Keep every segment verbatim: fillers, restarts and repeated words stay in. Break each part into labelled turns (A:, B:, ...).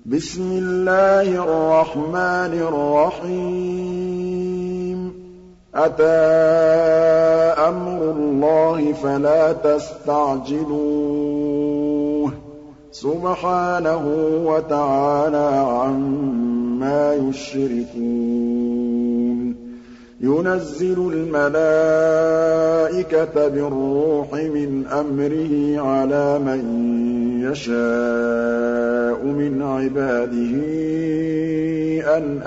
A: بسم الله الرحمن الرحيم أتى أمر الله فلا تستعجلوه سبحانه وتعالى عما يشركون ينزل الملائكة بالروح من أمره على من يشاء من عباده أن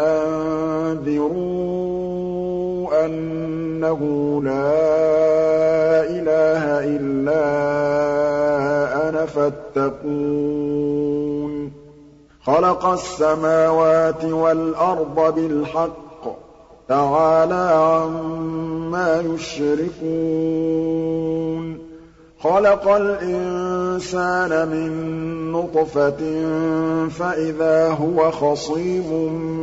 A: أنذروا أنه لا إله إلا أنا فاتقون خلق السماوات والأرض بالحق تعالى عما يشركون خلق الإنسان من نطفة فإذا هو خصيم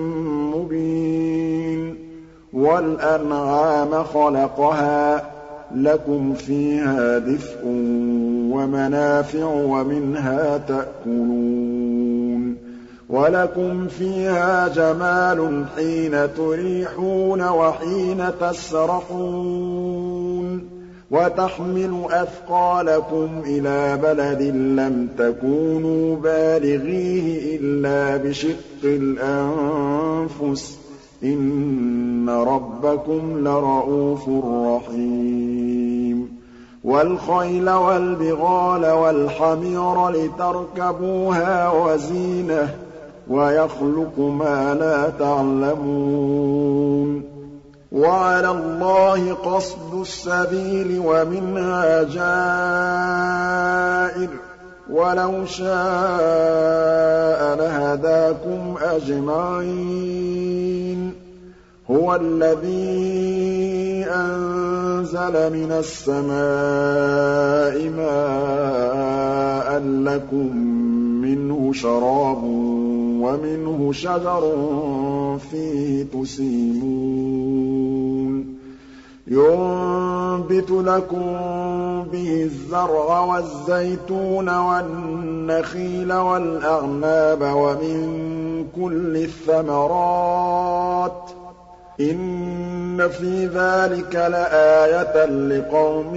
A: مبين والأنعام خلقها لكم فيها دفء ومنافع ومنها تأكلون وَلَكُمْ فِيهَا جَمَالٌ حِينَ تُرِيحُونَ وَحِينَ تَسْرَحُونَ وَتَحْمِلُ أَثْقَالَكُمْ إِلَىٰ بَلَدٍ لَّمْ تَكُونُوا بَالِغِيهِ إِلَّا بِشِقِّ الْأَنفُسِ ۚ إِنَّ رَبَّكُمْ لَرَءُوفٌ رَّحِيمٌ وَالْخَيْلَ وَالْبِغَالَ وَالْحَمِيرَ لِتَرْكَبُوهَا وَزِينَةً وَيَخْلُقُ مَا لَا تَعْلَمُونَ وَعَلَى اللَّهِ قَصْدُ السَّبِيلِ وَمِنْهَا جَائِرٌ ۚ وَلَوْ شَاءَ لَهَدَاكُمْ أَجْمَعِينَ هُوَ الَّذِي أَنزَلَ مِنَ السَّمَاءِ مَاءً لَّكُم مِّنْهُ شَرَابٌ وَمِنْهُ شَجَرٌ فِيهِ تُسِيمُونَ يُنبِتُ لَكُم بِهِ الزَّرْعَ وَالزَّيْتُونَ وَالنَّخِيلَ وَالْأَعْنَابَ وَمِن كُلِّ الثَّمَرَاتِ ۗ إِنَّ فِي ذَٰلِكَ لَآيَةً لِّقَوْمٍ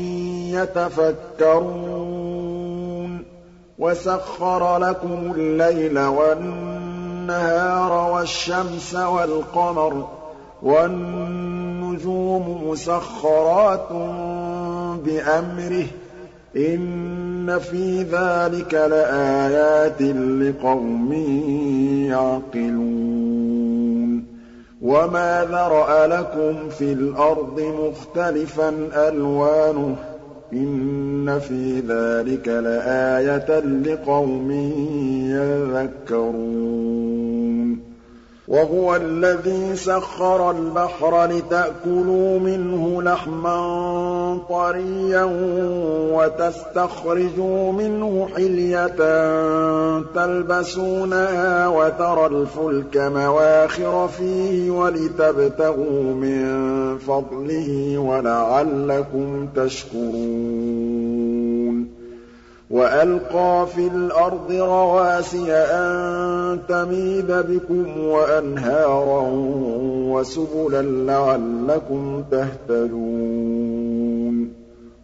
A: يَتَفَكَّرُونَ وَسَخَّرَ لَكُمُ اللَّيْلَ وَالنَّهَارَ وَالشَّمْسَ وَالْقَمَرَ وَالنُّجُومُ مُسَخَّرَاتٌ بِأَمْرِهِ ۗ إِنَّ فِي ذَٰلِكَ لَآيَاتٍ لِّقَوْمٍ يَعْقِلُونَ وَمَا ذَرَأَ لَكُمْ فِي الْأَرْضِ مُخْتَلِفًا أَلْوَانُهُ ۗ إِنَّ فِي ذَٰلِكَ لَآيَةً لِّقَوْمٍ يَذَّكَّرُونَ وَهُوَ الَّذِي سَخَّرَ الْبَحْرَ لِتَأْكُلُوا مِنْهُ لَحْمًا طَرِيًّا وَتَسْتَخْرِجُوا مِنْهُ حِلْيَةً تَلْبَسُونَهَا وَتَرَى الْفُلْكَ مَوَاخِرَ فِيهِ وَلِتَبْتَغُوا مِن فَضْلِهِ وَلَعَلَّكُمْ تَشْكُرُونَ وَأَلْقَىٰ فِي الْأَرْضِ رَوَاسِيَ أَن تَمِيدَ بِكُمْ وَأَنْهَارًا وَسُبُلًا لَّعَلَّكُمْ تَهْتَدُونَ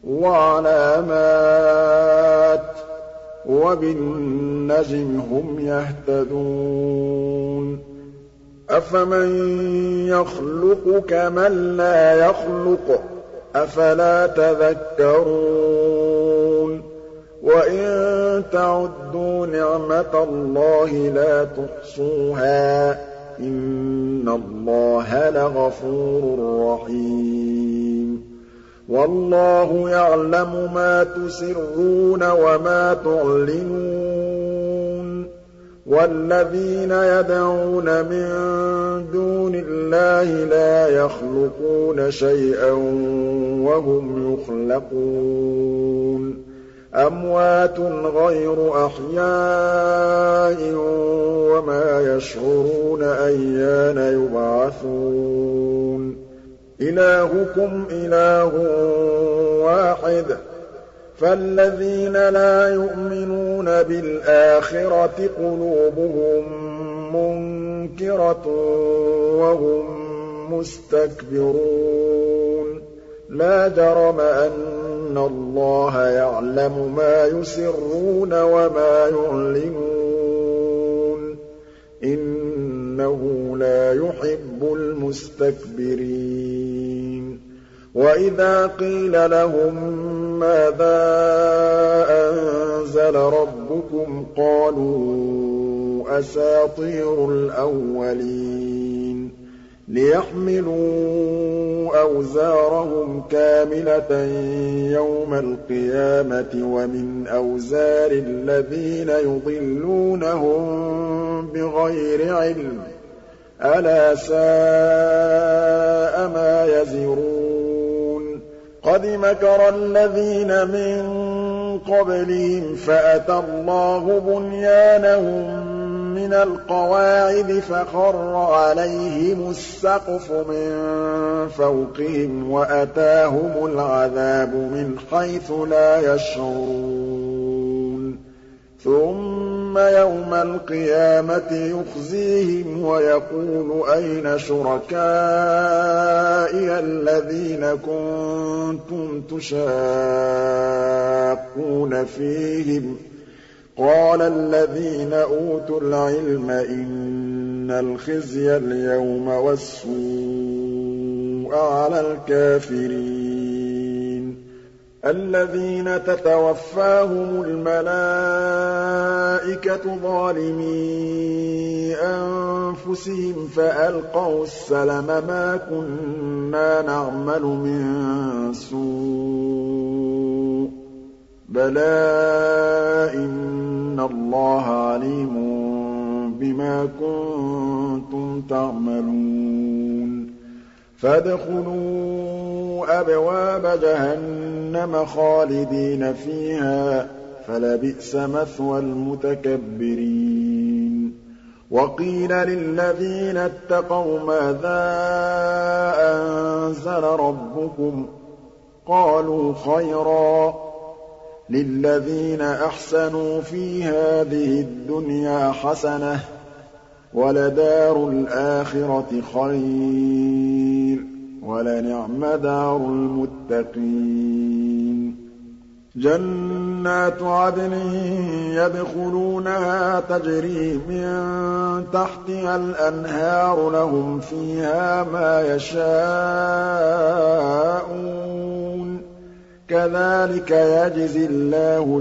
A: وَعَلَامَاتٍ ۚ وَبِالنَّجْمِ هُمْ يَهْتَدُونَ أَفَمَن يَخْلُقُ كَمَن لَّا يَخْلُقُ ۗ أَفَلَا تَذَكَّرُونَ وَإِن تَعُدُّوا نِعْمَةَ اللَّهِ لَا تُحْصُوهَا ۗ إِنَّ اللَّهَ لَغَفُورٌ رَّحِيمٌ وَاللَّهُ يَعْلَمُ مَا تُسِرُّونَ وَمَا تُعْلِنُونَ وَالَّذِينَ يَدْعُونَ مِن دُونِ اللَّهِ لَا يَخْلُقُونَ شَيْئًا وَهُمْ يُخْلَقُونَ أَمْوَاتٌ غَيْرُ أَحْيَاءٍ وَمَا يَشْعُرُونَ أَيَّانَ يُبْعَثُونَ إِلَٰهُكُمْ إِلَٰهٌ وَاحِدٌ فالذين لا يؤمنون بالآخرة قلوبهم منكرة وهم مستكبرون لا جرم أن الله يعلم ما يسرون وما يعلنون إنه لا يحب المستكبرين وإذا قيل لهم ماذا أنزل ربكم قالوا أساطير الأولين ليحملوا أوزارهم كاملة يوم القيامة ومن أوزار الذين يضلونهم بغير علم ألا ساء ما يزرون قد مكر الذين من قبلهم فأتى الله بنيانهم من القواعد فخر عليهم السقف من فوقهم وأتاهم العذاب من حيث لا يشعرون ثم يوم القيامة يخزيهم ويقول أين شركائي الذين كنتم تشاقون فيهم قال الذين أوتوا العلم إن الخزي اليوم والسوء على الكافرين الذين تتوفاهم الملائكة ظالمي أنفسهم فألقوا السلم ما كنا نعمل من سوء بلى إن الله عليم بما كنتم تعملون فادخلوا أبواب جهنم خالدين فيها فلبئس مثوى المتكبرين وقيل للذين اتقوا ماذا أنزل ربكم قالوا خيرا للذين أحسنوا في هذه الدنيا حسنة ولدار الآخرة خير ولنعم دار المتقين جنات عدن يدخلونها تجري من تحتها الأنهار لهم فيها ما يشاءون كذلك يجزي الله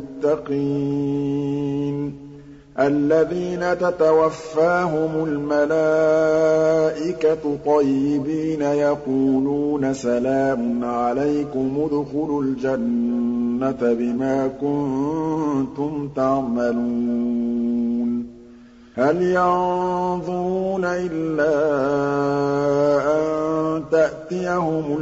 A: المتقين الذين تتوفاهم الملائكة طيبين يقولون سلام عليكم ادخلوا الجنة بما كنتم تعملون هل ينظرون إلا أن تأتيهم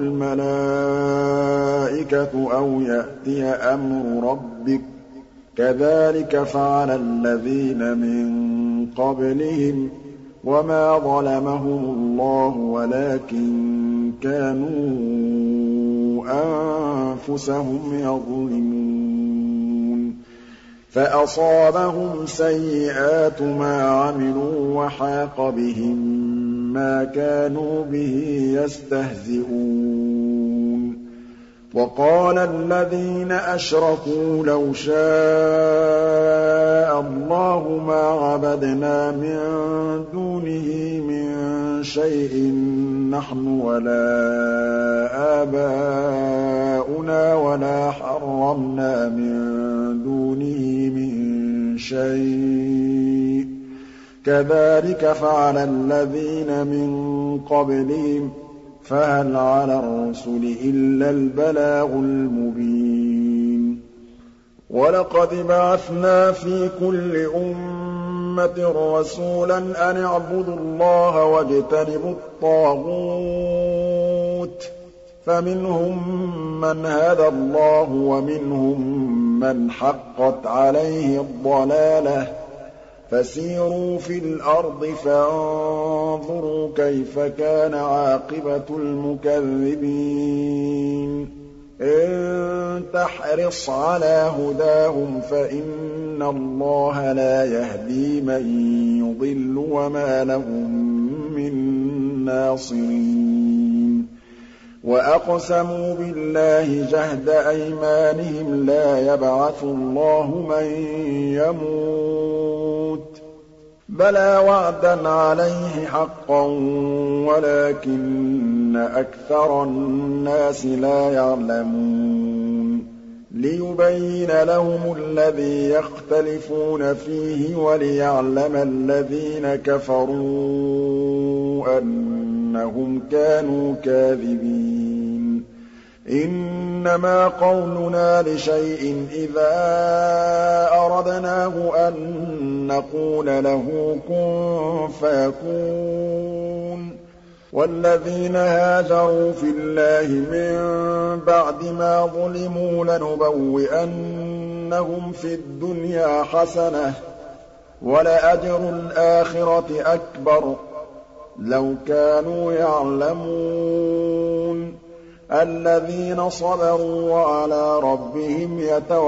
A: الملائكة أو يأتي أمر ربك كذلك فعل الذين من قبلهم وما ظلمهم الله ولكن كانوا أنفسهم يظلمون فأصابهم سيئات ما عملوا وحاق بهم ما كانوا به يستهزئون وقال الذين أشركوا لو شاء الله ما عبدنا من دونه من شيء نحن ولا آباؤنا ولا حرمنا من دونه من شيء كذلك فعل الذين من قبلهم فهل على الرسل إلا البلاغ المبين ولقد بعثنا في كل أمة رسولا أن اعبدوا الله واجتنبوا الطاغوت فمنهم من هدى الله ومنهم من حقت عليه الضلالة فسيروا في الأرض فانظروا كيف كان عاقبة المكذبين إن تحرص على هداهم فإن الله لا يهدي من يضل وما لهم من ناصرين وأقسموا بالله جهد أيمانهم لا يبعث الله من يموت بلى وعدا عليه حقا ولكن أكثر الناس لا يعلمون ليبين لهم الذي يختلفون فيه وليعلم الذين كفروا أنهم كانوا كاذبين إنما قولنا لشيء إذا أردناه أن نقول له كن فيكون والذين هاجروا في الله من بعد ما ظلموا لنبوئنهم في الدنيا حسنة ولأجر الآخرة أكبر لو كانوا يعلمون الذين صبروا وعلى ربهم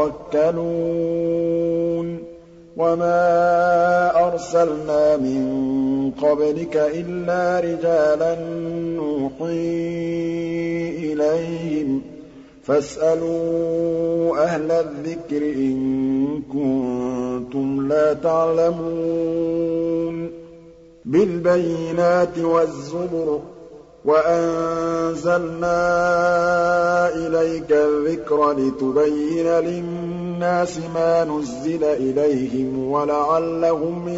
A: يتوكلون وما أرسلنا من قبلك إلا رجالا نوحي إليهم فاسألوا أهل الذكر إن كنتم لا تعلمون بالبينات والزبر وأنزلنا إليك الذكر لتبين للناس ما نزل إليهم ولعلهم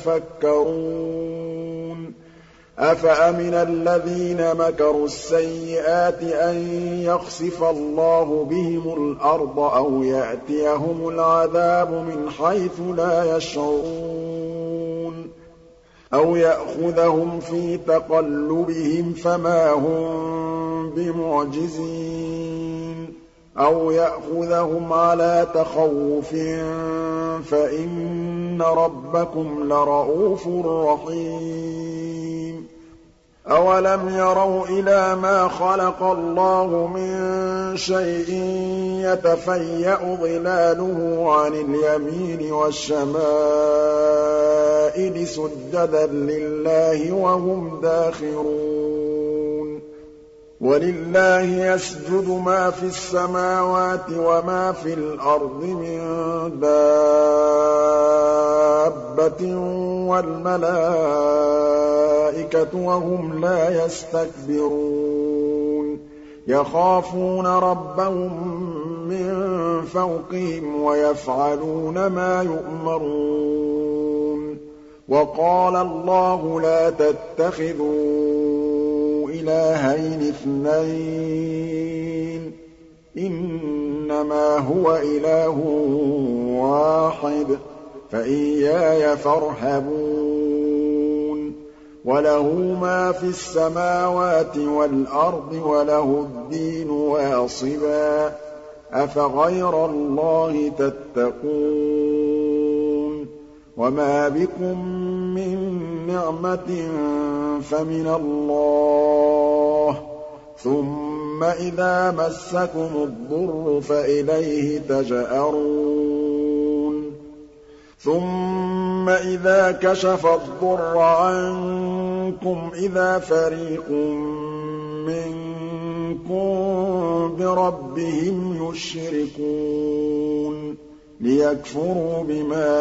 A: يتفكرون أفأمن الذين مكروا السيئات أن يخسف الله بهم الأرض أو يأتيهم العذاب من حيث لا يشعرون أو يأخذهم في تقلبهم فما هم بمعجزين أو يأخذهم على تخوف فإن ربكم لرءوف رحيم أولم يروا إلى ما خلق الله من شيء يتفيأ ظلاله عن اليمين والشمائل سجدا لله وهم داخرون ولله يسجد ما في السماوات وما في الأرض من دابة والملائكة وهم لا يستكبرون يخافون ربهم من فوقهم ويفعلون ما يؤمرون وقال الله لا تتخذوا إلهين اثنين إنما هو إله واحد فإياي فارهبون وله ما في السماوات والأرض وله الدين واصبا أفغير الله تتقون وما بكم من نعمة فمن الله ثم إذا مسكم الضر فإليه تجأرون ثم إذا كشف الضر عنكم إذا فريق منكم بربهم يشركون ليكفروا بما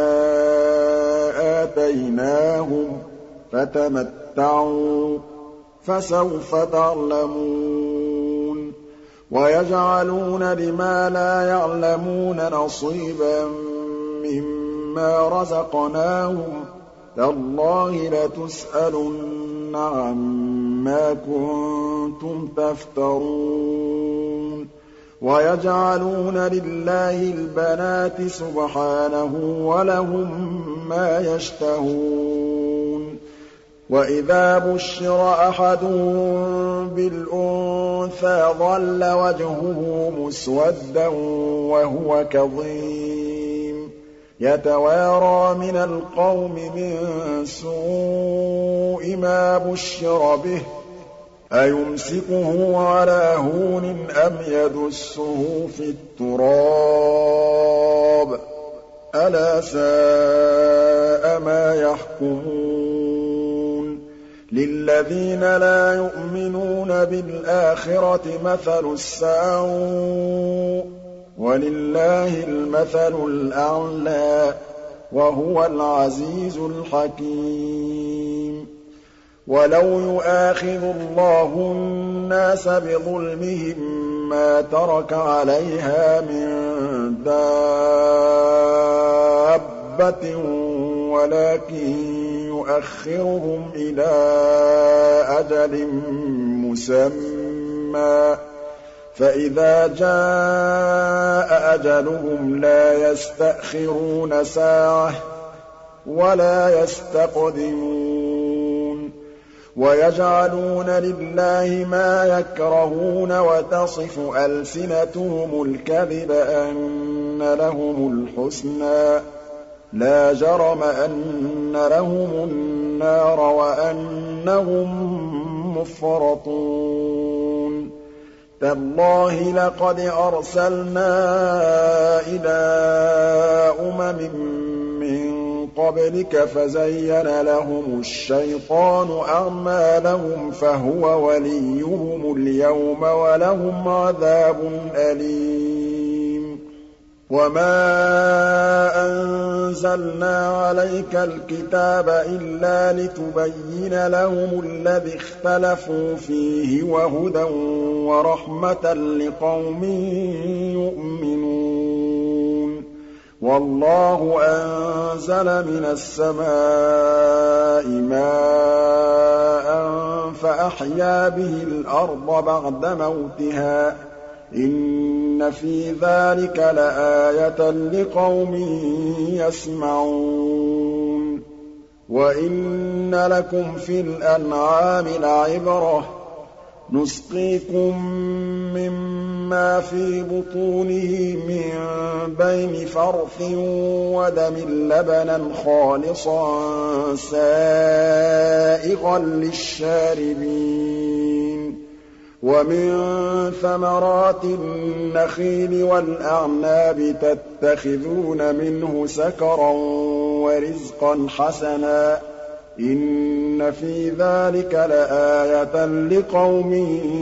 A: آتيناهم فتمتعوا فسوف تعلمون ويجعلون لما لا يعلمون نصيبا مما رزقناهم تالله لتسألن عما كنتم تفترون ويجعلون لله البنات سبحانه ولهم ما يشتهون وإذا بشر أحدهم بالأنثى ظل وجهه مسودا وهو كظيم يتوارى من القوم من سوء ما بشر به أَيُمْسِكُهُ عَلَىٰ هُونٍ أَمْ يَدُسُّهُ فِي التُّرَابِ ۗ أَلَا سَاءَ مَا يَحْكُمُونَ لِلَّذِينَ لَا يُؤْمِنُونَ بِالْآخِرَةِ مَثَلُ السَّوْءِ ۖ وَلِلَّهِ الْمَثَلُ الْأَعْلَىٰ ۚ وَهُوَ الْعَزِيزُ الْحَكِيمُ وَلَوْ يُؤَاخِذُ اللَّهُ النَّاسَ بِظُلْمِهِم مَّا تَرَكَ عَلَيْهَا مِن دَابَّةٍ وَلَٰكِن يُؤَخِّرُهُمْ إِلَىٰ أَجَلٍ مُّسَمًّى ۖ فَإِذَا جَاءَ أَجَلُهُمْ لَا يَسْتَأْخِرُونَ سَاعَةً ۖ وَلَا يَسْتَقْدِمُونَ وَيَجْعَلُونَ لِلَّهِ مَا يَكْرَهُونَ وَتَصِفُ أَلْسِنَتُهُمُ الْكَذِبَ أَنَّ لَهُمُ الْحُسْنَىٰ ۖ لَا جَرَمَ أَنَّ لَهُمُ النَّارَ وَأَنَّهُم مُّفْرَطُونَ تَاللَّهِ لَقَدْ أَرْسَلْنَا إِلَىٰ أُمَمٍ مِّن قَبْلِكَ فَزَيَّنَ لَهُمُ الشَّيْطَانُ أَعْمَالَهُمْ فَهُوَ وَلِيُّهُمُ الْيَوْمَ وَلَهُمْ عَذَابٌ أَلِيمٌ وَمَا أَنزَلْنَا عَلَيْكَ الْكِتَابَ إِلَّا لِتُبَيِّنَ لَهُمُ الَّذِي اخْتَلَفُوا فِيهِ وَهُدًى وَرَحْمَةً لِّقَوْمٍ يُؤْمِنُونَ وَاللَّهُ أَنزَلَ مِنَ السَّمَاءِ مَاءً فَأَحْيَا بِهِ الْأَرْضَ بَعْدَ مَوْتِهَا ۚ إِنَّ فِي ذَٰلِكَ لَآيَةً لِّقَوْمٍ يَسْمَعُونَ وَإِنَّ لَكُمْ فِي الْأَنْعَامِ لَعِبْرَةً ۖ نُّسْقِيكُم مِّمَّا فِي بُطُونِهِ مِن بَيْنِ فَرْثٍ وَدَمٍ لَّبَنًا خَالِصًا سَائِغًا لِّلشَّارِبِينَ وَمِن ثَمَرَاتِ النَّخِيلِ وَالْأَعْنَابِ تَتَّخِذُونَ مِنْهُ سَكَرًا وَرِزْقًا حَسَنًا ۗ إِنَّ فِي ذَٰلِكَ لَآيَةً لِّقَوْمٍ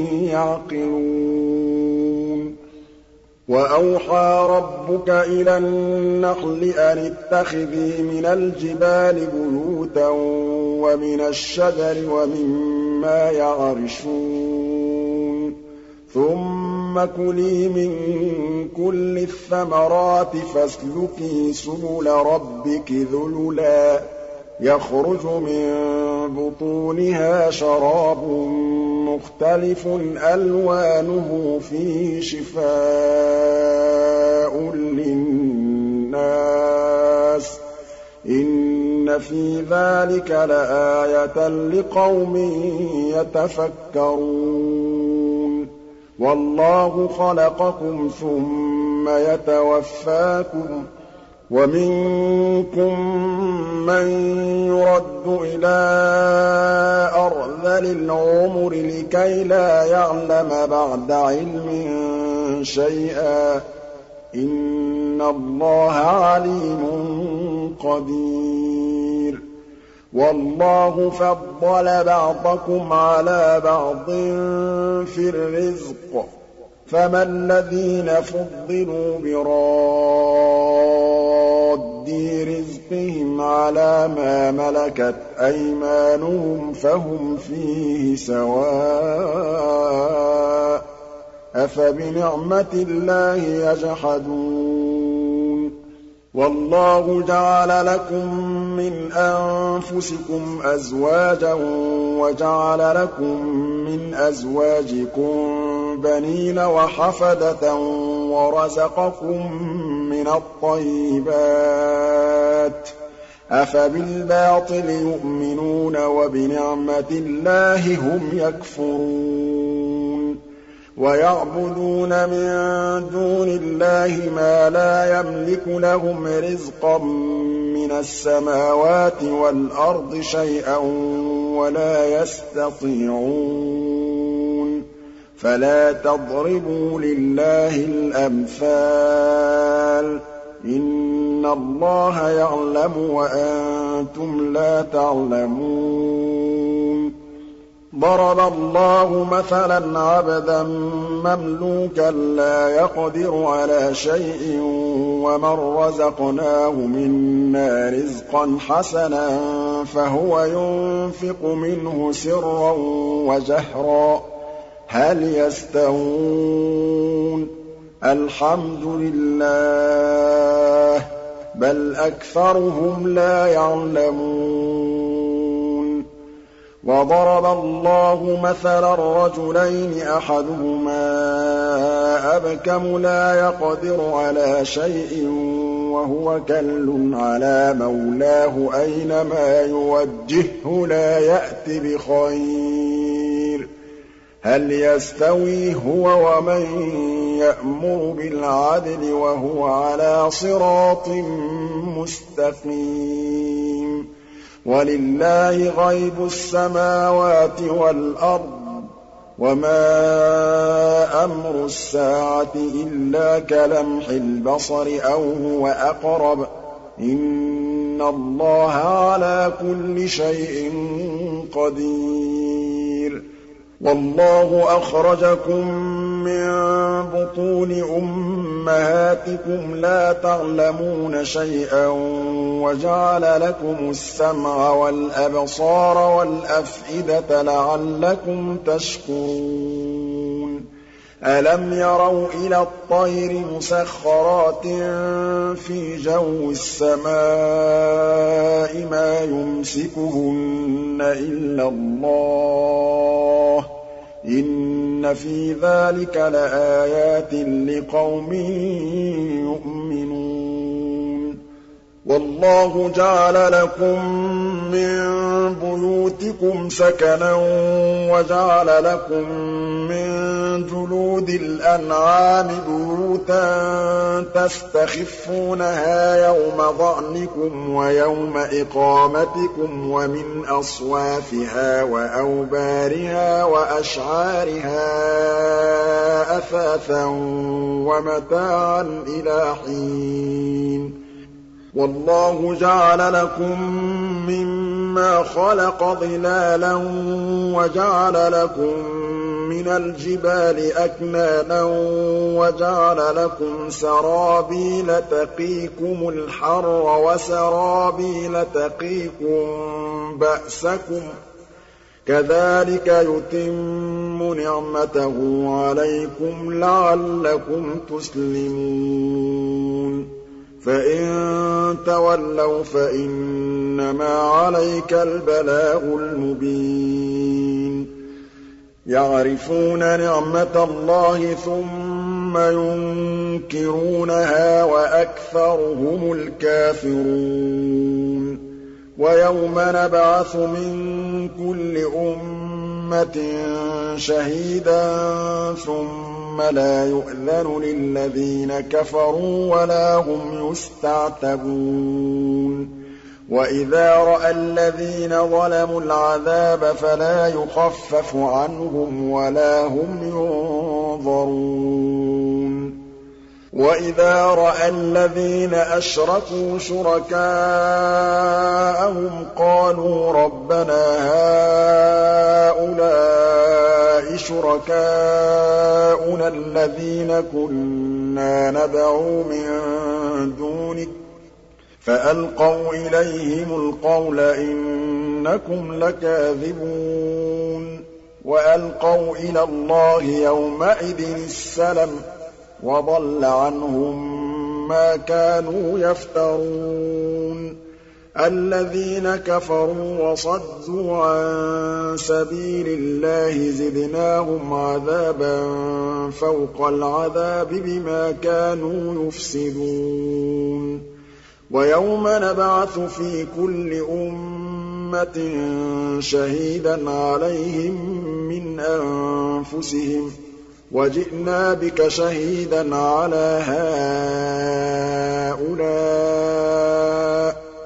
A: يَعْقِلُونَ وَأَوْحَىٰ رَبُّكَ إِلَى النَّحْلِ أَنِ اتَّخِذِي مِنَ الْجِبَالِ بُيُوتًا وَمِنَ الشَّجَرِ وَمِمَّا يَعْرِشُونَ ثُمَّ كُلِي مِن كُلِّ الثَّمَرَاتِ فَاسْلُكِي سُبُلَ رَبِّكِ ذُلُلًا يَخْرُجُ مِن بُطُونِهَا شَرَابٌ مُّخْتَلِفٌ أَلْوَانُهُ فِيهِ شِفَاءٌ لِّلنَّاسِ ۗ إِنَّ فِي ذَٰلِكَ لَآيَةً لِّقَوْمٍ يَتَفَكَّرُونَ وَاللَّهُ خَلَقَكُمْ ثُمَّ يَتَوَفَّاكُمْ ۚ وَمِنكُم مَّن يُرَدُّ إِلَىٰ أَرْذَلِ الْعُمُرِ لِكَيْ لَا يَعْلَمَ بَعْدَ عِلْمٍ شَيْئًا ۚ إِنَّ اللَّهَ عَلِيمٌ قَدِيرٌ وَاللَّهُ فَضَّلَ بَعْضَكُمْ عَلَىٰ بَعْضٍ فِي الرِّزْقِ ۚ فَمَا الَّذِينَ فُضِّلُوا بِرَادِّي رِزْقِهِمْ عَلَىٰ مَا مَلَكَتْ أَيْمَانُهُمْ فَهُمْ فِيهِ سَوَاءٌ ۚ أَفَبِنِعْمَةِ اللَّهِ يَجْحَدُونَ وَاللَّهُ جَعَلَ لَكُم مِّنْ أَنفُسِكُمْ أَزْوَاجًا وَجَعَلَ لَكُم مِّنْ أَزْوَاجِكُم بَنِينَ وَحَفَدَةً وَرَزَقَكُم مِّنَ الطَّيِّبَاتِ ۚ أَفَبِالْبَاطِلِ يُؤْمِنُونَ وَبِنِعْمَةِ اللَّهِ هُمْ يَكْفُرُونَ وَيَعْبُدُونَ مِن دُونِ اللَّهِ مَا لَا يَمْلِكُ لَهُمْ رِزْقًا مِّنَ السَّمَاوَاتِ وَالْأَرْضِ شَيْئًا وَلَا يَسْتَطِيعُونَ فلا تضربوا لله الأمثال إن الله يعلم وأنتم لا تعلمون ضرب الله مثلا عبدا مملوكا لا يقدر على شيء ومن رزقناه منا رزقا حسنا فهو ينفق منه سرا وجهرا هل يستوون الحمد لله بل أكثرهم لا يعلمون وضرب الله مثلا رجلين أحدهما أبكم لا يقدر على شيء وهو كل على مولاه أينما يوجهه لا يأت بخير هل يستوي هو ومن يأمر بالعدل وهو على صراط مستقيم ولله غيب السماوات والأرض وما أمر الساعة إلا كلمح البصر أو هو أقرب إن الله على كل شيء قدير والله أخرجكم من بطون أمهاتكم لا تعلمون شيئا وجعل لكم السمع والأبصار والأفئدة لعلكم تشكرون ألم يروا إلى الطير مسخرات في جو السماء ما يمسكهن إلا الله إن في ذلك لآيات لقوم يؤمنون والله جعل لكم من بيوتكم سكنا وجعل لكم من جلود الأنعام بيوتا تستخفونها يوم ظعنكم ويوم إقامتكم ومن أصوافها وأوبارها وأشعارها أثاثا ومتاعا إلى حين والله جعل لكم مما خلق ظلالا وجعل لكم من الجبال أكنانا وجعل لكم سرابيل تقيكم الحر وسرابيل تقيكم بأسكم كذلك يتم نعمته عليكم لعلكم تسلمون فإن تولوا فإنما عليك البلاغ المبين يعرفون نعمة الله ثم ينكرونها وأكثرهم الكافرون ويوم نبعث من كل أمة شهيدا ثم لا يؤذن للذين كفروا ولا هم يستعتبون وإذا رأى الذين ظلموا العذاب فلا يخفف عنهم ولا هم ينظرون وإذا رأى الذين أشركوا شركاءهم قالوا ربنا هؤلاء شركاؤنا الذين كنا ندعو من دونك فألقوا إليهم القول إنكم لكاذبون وألقوا إلى الله يومئذ السلم وضل عنهم ما كانوا يفترون الذين كفروا وصدوا عن سبيل الله زدناهم عذابا فوق العذاب بما كانوا يفسدون ويوم نبعث في كل أمة شهيدا عليهم من أنفسهم وجئنا بك شهيدا على هؤلاء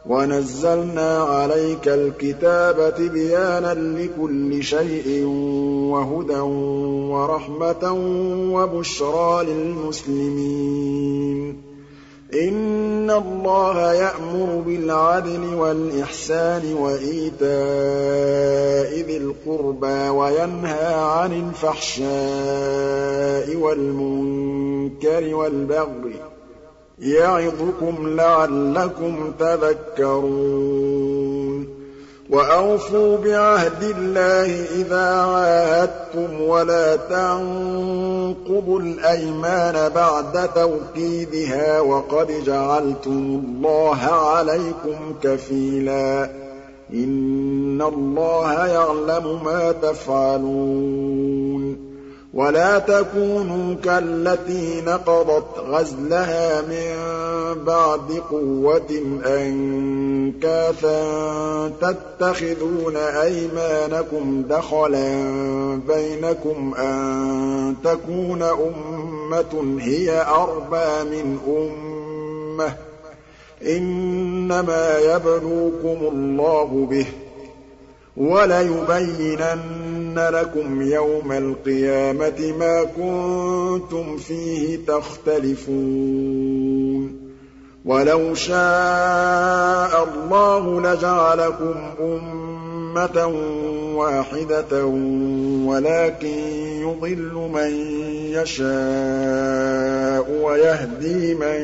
A: وَنَزَّلْنَا عَلَيْكَ الْكِتَابَ تِبْيَانًا لِّكُلِّ شَيْءٍ وَهُدًى وَرَحْمَةً وَبُشْرَىٰ لِلْمُسْلِمِينَ إِنَّ اللَّهَ يَأْمُرُ بِالْعَدْلِ وَالْإِحْسَانِ وَإِيتَاءِ ذِي الْقُرْبَىٰ وَيَنْهَىٰ عَنِ الْفَحْشَاءِ وَالْمُنكَرِ وَالْبَغْيِ يَعِظُكُمْ لَعَلَّكُمْ تَذَكَّرُونَ وَأَوْفُوا بِعَهْدِ اللَّهِ إِذَا عَاهَدتُّمْ وَلَا تَنقُضُوا الْأَيْمَانَ بَعْدَ تَوْكِيدِهَا وَقَدْ جَعَلْتُمُ اللَّهَ عَلَيْكُمْ كَفِيلًا إِنَّ اللَّهَ يَعْلَمُ مَا تَفْعَلُونَ وَلَا تَكُونُوا كَالَّتِي نَقَضَتْ غَزْلَهَا مِن بَعْدِ قُوَّةٍ أَنكَاثًا تَتَّخِذُونَ أَيْمَانَكُمْ دَخَلًا بَيْنَكُمْ أَن تَكُونَ أُمَّةٌ هِيَ أَرْبَىٰ مِنْ أُمَّةٍ ۚ إِنَّمَا يَبْلُوكُمُ اللَّهُ بِهِ ۚ وَلَيُبَيِّنَنَّ لَكُمْ يَوْمَ الْقِيَامَةِ مَا كُنتُمْ فِيهِ تَخْتَلِفُونَ وَلَوْ شَاءَ اللَّهُ لَجَعَلَكُمْ أُمَّةً وَاحِدَةً وَلَٰكِن يُضِلُّ مَن يَشَاءُ وَيَهْدِي مَن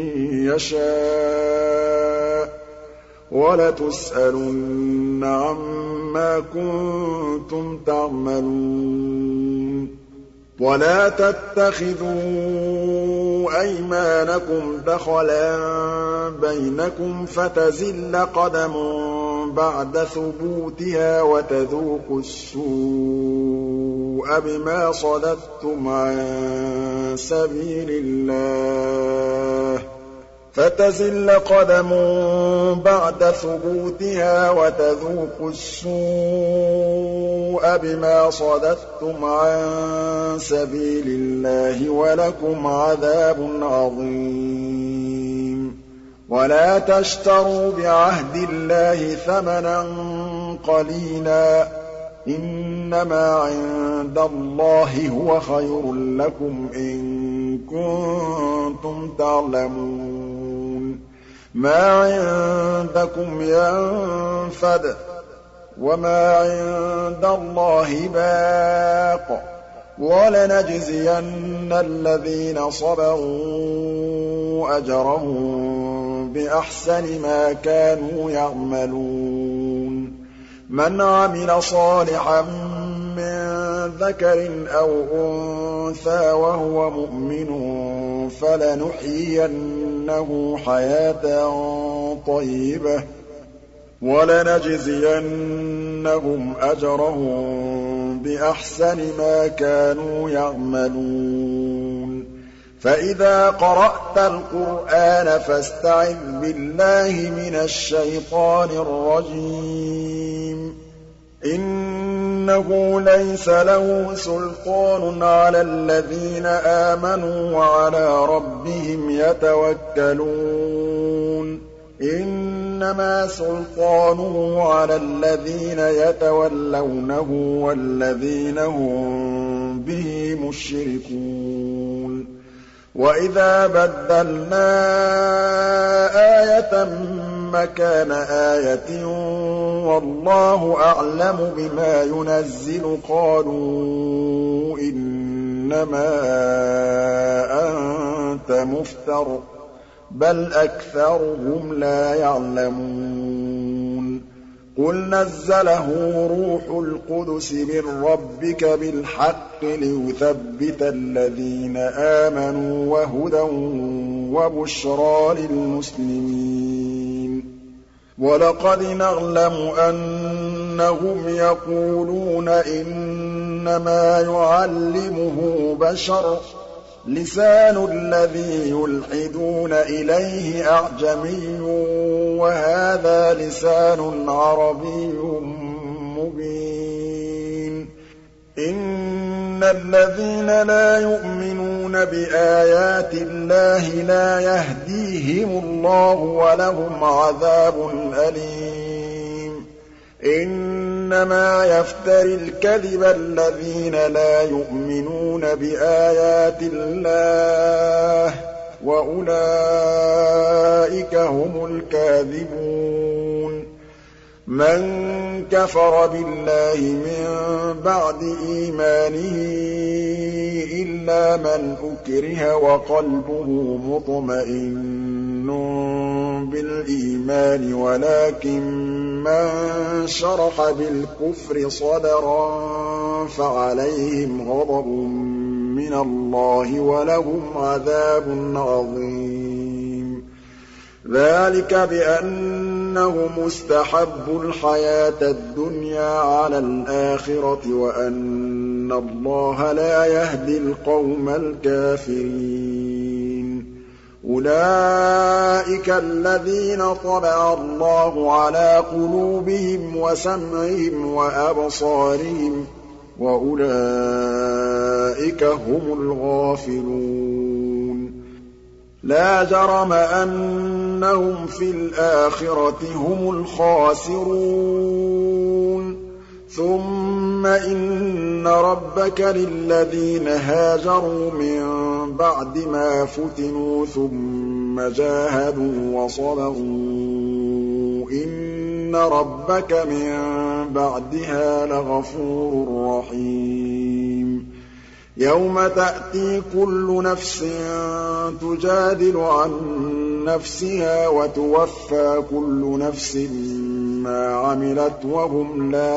A: يَشَاءُ ۚ وَلَتُسْأَلُنَّ عَمَّا كُنتُمْ تَعْمَلُونَ وَلَا تَتَّخِذُوا أَيْمَانَكُمْ دَخَلًا بَيْنَكُمْ فَتَزِلَّ قَدَمٌ بَعْدَ ثُبُوتِهَا وَتَذُوقُوا السُّوءَ بِمَا صَدَدتُّمْ عَن سَبِيلِ اللَّهِ فَتَزِلَّ قَدَمٌ بَعْدَ ثُبُوتِهَا وَتَذُوقُوا السُّوءَ بِمَا صَدَدتُّمْ عَن سَبِيلِ اللَّهِ وَلَكُمْ عَذَابٌ عَظِيمٌ وَلَا تَشْتَرُوا بِعَهْدِ اللَّهِ ثَمَنًا قَلِيلًا ۚ إِنَّمَا عِندَ اللَّهِ هُوَ خَيْرٌ لَّكُمْ إِن كُنتُمْ تَعْلَمُونَ مَا عِندَكُمْ يَنفَدُ ۖ وَمَا عِندَ اللَّهِ بَاقٍ ۗ وَلَنَجْزِيَنَّ الَّذِينَ صَبَرُوا أَجْرَهُم بِأَحْسَنِ مَا كَانُوا يَعْمَلُونَ مَنْ عَمِلَ صَالِحًا مِّن ذَكَرٍ أَوْ أُنثَىٰ وَهُوَ مُؤْمِنٌ فَلَنُحْيِيَنَّهُ حَيَاةً طَيِّبَةً ۖ وَلَنَجْزِيَنَّهُمْ أَجْرَهُم بِأَحْسَنِ مَا كَانُوا يَعْمَلُونَ فَإِذَا قَرَأْتَ الْقُرْآنَ فَاسْتَعِذْ بِاللَّهِ مِنَ الشَّيْطَانِ الرَّجِيمِ إِنَّهُ لَيْسَ لَهُ سُلْطَانٌ عَلَى الَّذِينَ آمَنُوا وَعَلَىٰ رَبِّهِمْ يَتَوَكَّلُونَ إِنَّمَا سُلْطَانُهُ عَلَى الَّذِينَ يَتَوَلَّوْنَهُ وَالَّذِينَ هُم بِهِ مُشْرِكُونَ وَإِذَا بَدَّلْنَا آيَةً مَّكَانَ آيَةٍ وَاللَّهُ أَعْلَمُ بِمَا يُنَزِّلُ قَالُوا إِنَّمَا أَنتَ مُفْتَرٍ ۚ بَلْ أَكْثَرُهُمْ لَا يَعْلَمُونَ قُلْ نَزَّلَهُ رُوحُ الْقُدُسِ مِن رَّبِّكَ بِالْحَقِّ لِيُثَبِّتَ الَّذِينَ آمَنُوا وَهُدًى وَبُشْرَىٰ لِلْمُسْلِمِينَ وَلَقَدْ نَعْلَمُ أَنَّهُمْ يَقُولُونَ إِنَّمَا يُعَلِّمُهُ بَشَرٌ ۗ لِّسَانُ الَّذِي يُلْحِدُونَ إِلَيْهِ أَعْجَمِيٌّ وَهَٰذَا لِسَانٌ عَرَبِيٌّ مُّبِينٌ إِنَّ الَّذِينَ لَا يُؤْمِنُونَ بِآيَاتِ اللَّهِ لَا يَهْدِيهِمُ اللَّهُ وَلَهُمْ عَذَابٌ أَلِيمٌ إِنَّمَا يَفْتَرِي الْكَذِبَ الَّذِينَ لَا يُؤْمِنُونَ بِآيَاتِ اللَّهِ وَأُولَٰئِكَ هُمُ الْكَاذِبُونَ مَن كَفَرَ بِاللَّهِ مِن بَعْدِ إِيمَانِهِ إِلَّا مَنْ أُكْرِهَ وَقَلْبُهُ مُطْمَئِنٌّ بِالْإِيمَانِ وَلَٰكِن مَّن شَرَحَ بِالْكُفْرِ صَدْرًا فَعَلَيْهِمْ غَضَبٌ مِّنَ اللَّهِ وَلَهُمْ عَذَابٌ عَظِيمٌ ذَٰلِكَ بِأَنَّهُمُ اسْتَحَبُّوا الْحَيَاةَ الدُّنْيَا عَلَى الْآخِرَةِ وَأَنَّ اللَّهَ لَا يَهْدِي الْقَوْمَ الْكَافِرِينَ أُولَٰئِكَ الَّذِينَ طَبَعَ اللَّهُ عَلَىٰ قُلُوبِهِمْ وَسَمْعِهِمْ وَأَبْصَارِهِمْ وَأُولَٰئِكَ هُمُ الْغَافِلُونَ لَا جَرَمَ أَنَّهُمْ فِي الْآخِرَةِ هُمُ الْخَاسِرُونَ ثُمَّ إِنَّ رَبَّكَ لِلَّذِينَ هَاجَرُوا مِن بَعْدِ مَا فُتِنُوا ثُمَّ جَاهَدُوا وَصَبَرُوا إِنَّ رَبَّكَ مِن بَعْدِهَا لَغَفُورٌ رَّحِيمٌ يَوْمَ تَأْتِي كُلُّ نَفْسٍ تُجَادِلُ عَن نَّفْسِهَا وَتُوَفَّىٰ كُلُّ نَفْسٍ مَّا عَمِلَتْ وَهُمْ لَا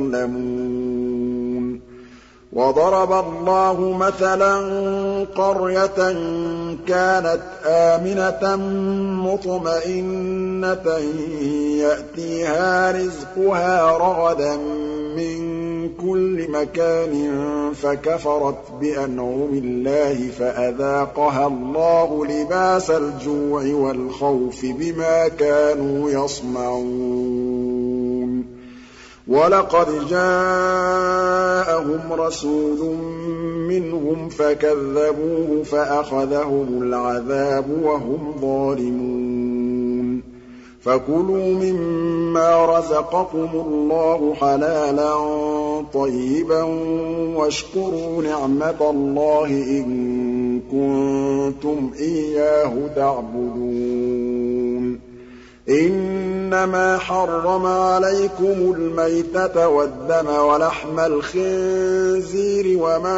A: يُظْلَمُونَ وَضَرَبَ اللَّهُ مَثَلًا قَرْيَةً كَانَتْ آمِنَةً مُّطْمَئِنَّةً يَأْتِيهَا رِزْقُهَا رَغَدًا مِّن كُلِّ مَكَانٍ فَكَفَرَتْ بِأَنْعُمِ اللَّهِ فَأَذَاقَهَا اللَّهُ لِبَاسَ الْجُوعِ وَالْخَوْفِ بِمَا كَانُوا يَصْنَعُونَ وَلَقَدْ جَاءَهُمْ رَسُولٌ مِّنْهُمْ فَكَذَّبُوهُ فَأَخَذَهُمُ الْعَذَابُ وَهُمْ ظَالِمُونَ فَكُلُوا مِمَّا رَزَقَكُمُ اللَّهُ حَلَالًا طَيِّبًا وَاشْكُرُوا نِعْمَتَ اللَّهِ إِن كُنتُمْ إِيَّاهُ تَعْبُدُونَ إِنَّمَا حَرَّمَ عَلَيْكُمُ الْمَيْتَةَ وَالدَّمَ وَلَحْمَ الْخِنزِيرِ وَمَا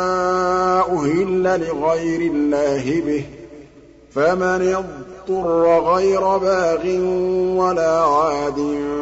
A: أُهِلَّ لِغَيْرِ اللَّهِ بِهِ ۖ فَمَنِ اضْطُرَّ غَيْرَ بَاغٍ وَلَا عَادٍ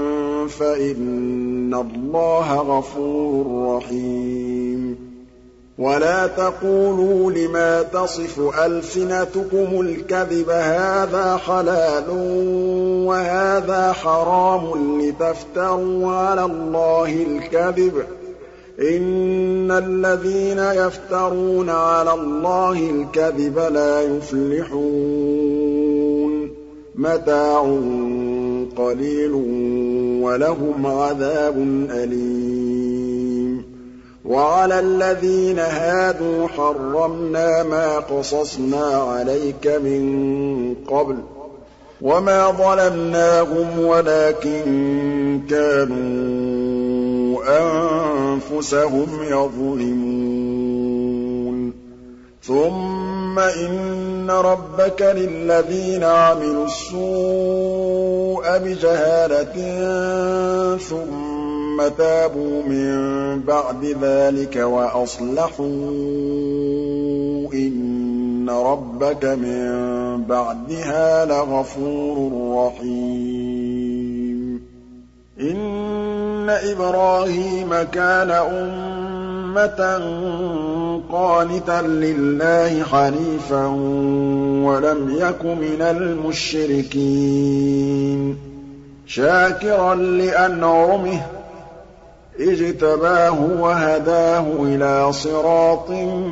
A: فَإِنَّ اللَّهَ غَفُورٌ رَّحِيمٌ وَلَا تَقُولُوا لِمَا تَصِفُ أَلْسِنَتُكُمُ الْكَذِبَ هَٰذَا حَلَالٌ وَهَٰذَا حَرَامٌ لِّتَفْتَرُوا عَلَى اللَّهِ الْكَذِبَ ۚ إِنَّ الَّذِينَ يَفْتَرُونَ عَلَى اللَّهِ الْكَذِبَ لَا يُفْلِحُونَ مَتَاعٌ قَلِيلٌ وَلَهُمْ عَذَابٌ أَلِيمٌ وَعَلَى الَّذِينَ هَادُوا حَرَّمْنَا مَا قَصَصْنَا عَلَيْكَ مِن قَبْلُ وَمَا ظَلَمْنَاهُمْ وَلَٰكِن كَانُوا أَنفُسَهُمْ يَظْلِمُونَ ثُمَّ إِنَّ رَبَّكَ لِلَّذِينَ عَمِلُوا السُّوءَ بِجَهَالَةٍ ثُمَّ تَابُوا مِن بَعْدِ ذَٰلِكَ وَأَصْلَحُوا إِنَّ رَبَّكَ مِن بَعْدِهَا لَغَفُورٌ رَّحِيمٌ إِنَّ إِبْرَاهِيمَ كَانَ أُمَّةً قَانِتًا لِّلَّهِ حَنِيفًا وَلَمْ يَكُ مِنَ الْمُشْرِكِينَ شَاكِرًا لِّأَنْعُمِهِ اجْتَبَاهُ وَهَدَاهُ إِلَىٰ صِرَاطٍ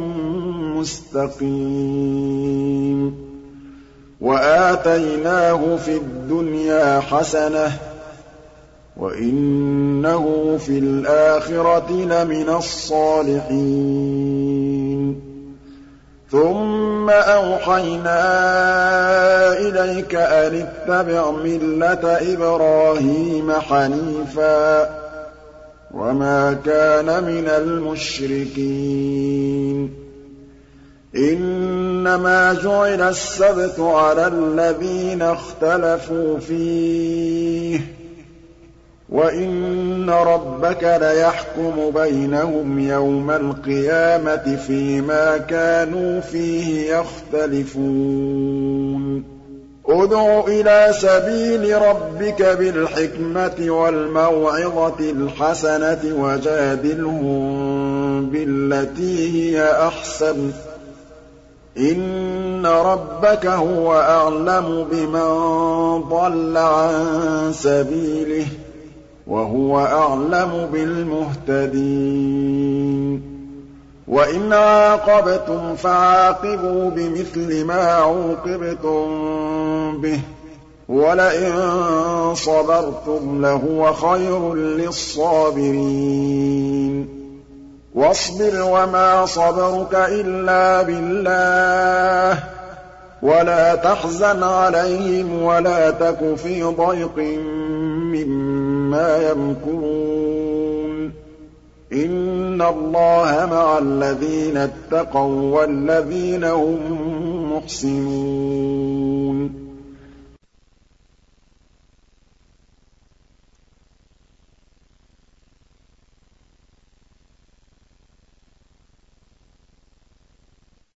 A: مُّسْتَقِيمٍ وَآتَيْنَاهُ فِي الدُّنْيَا حَسَنَةً وَإِنَّهُ فِي الْآخِرَةِ لَمِنَ الصَّالِحِينَ ثُمَّ أَوْحَيْنَا إِلَيْكَ أَنِ اتَّبِعْ مِلَّةَ إِبْرَاهِيمَ حَنِيفًا وَمَا كَانَ مِنَ الْمُشْرِكِينَ إِنَّمَا جُعِلَ السَّبْتُ عَلَى الَّذِينَ اخْتَلَفُوا فِيهِ ۚ وَإِنَّ رَبَّكَ لَيَحْكُمُ بَيْنَهُمْ يَوْمَ الْقِيَامَةِ فِيمَا كَانُوا فِيهِ يَخْتَلِفُونَ ادْعُ إِلَىٰ سَبِيلِ رَبِّكَ بِالْحِكْمَةِ وَالْمَوْعِظَةِ الْحَسَنَةِ وَجَادِلْهُم بِالَّتِي هِيَ أَحْسَنُ ۚ إِنَّ رَبَّكَ هُوَ أَعْلَمُ بِمَن ضَلَّ عَن سَبِيلِهِ ۖ وَهُوَ أَعْلَمُ بِالْمُهْتَدِينَ وَإِنْ عَاقَبْتُمْ فَعَاقِبُوا بِمِثْلِ مَا عُوقِبْتُم بِهِ ۖ وَلَئِن صَبَرْتُمْ لَهُوَ خَيْرٌ لِّلصَّابِرِينَ وَاصْبِرْ وَمَا صَبَرُكَ إِلَّا بِاللَّهِ ۚ وَلَا تَحْزَنْ عَلَيْهِمْ وَلَا تَكُ فِي ضَيْقٍ مِّمَّا يَمْكُرُونَ إِنَّ اللَّهَ مَعَ الَّذِينَ اتَّقَوا وَّالَّذِينَ هُم مُّحْسِنُونَ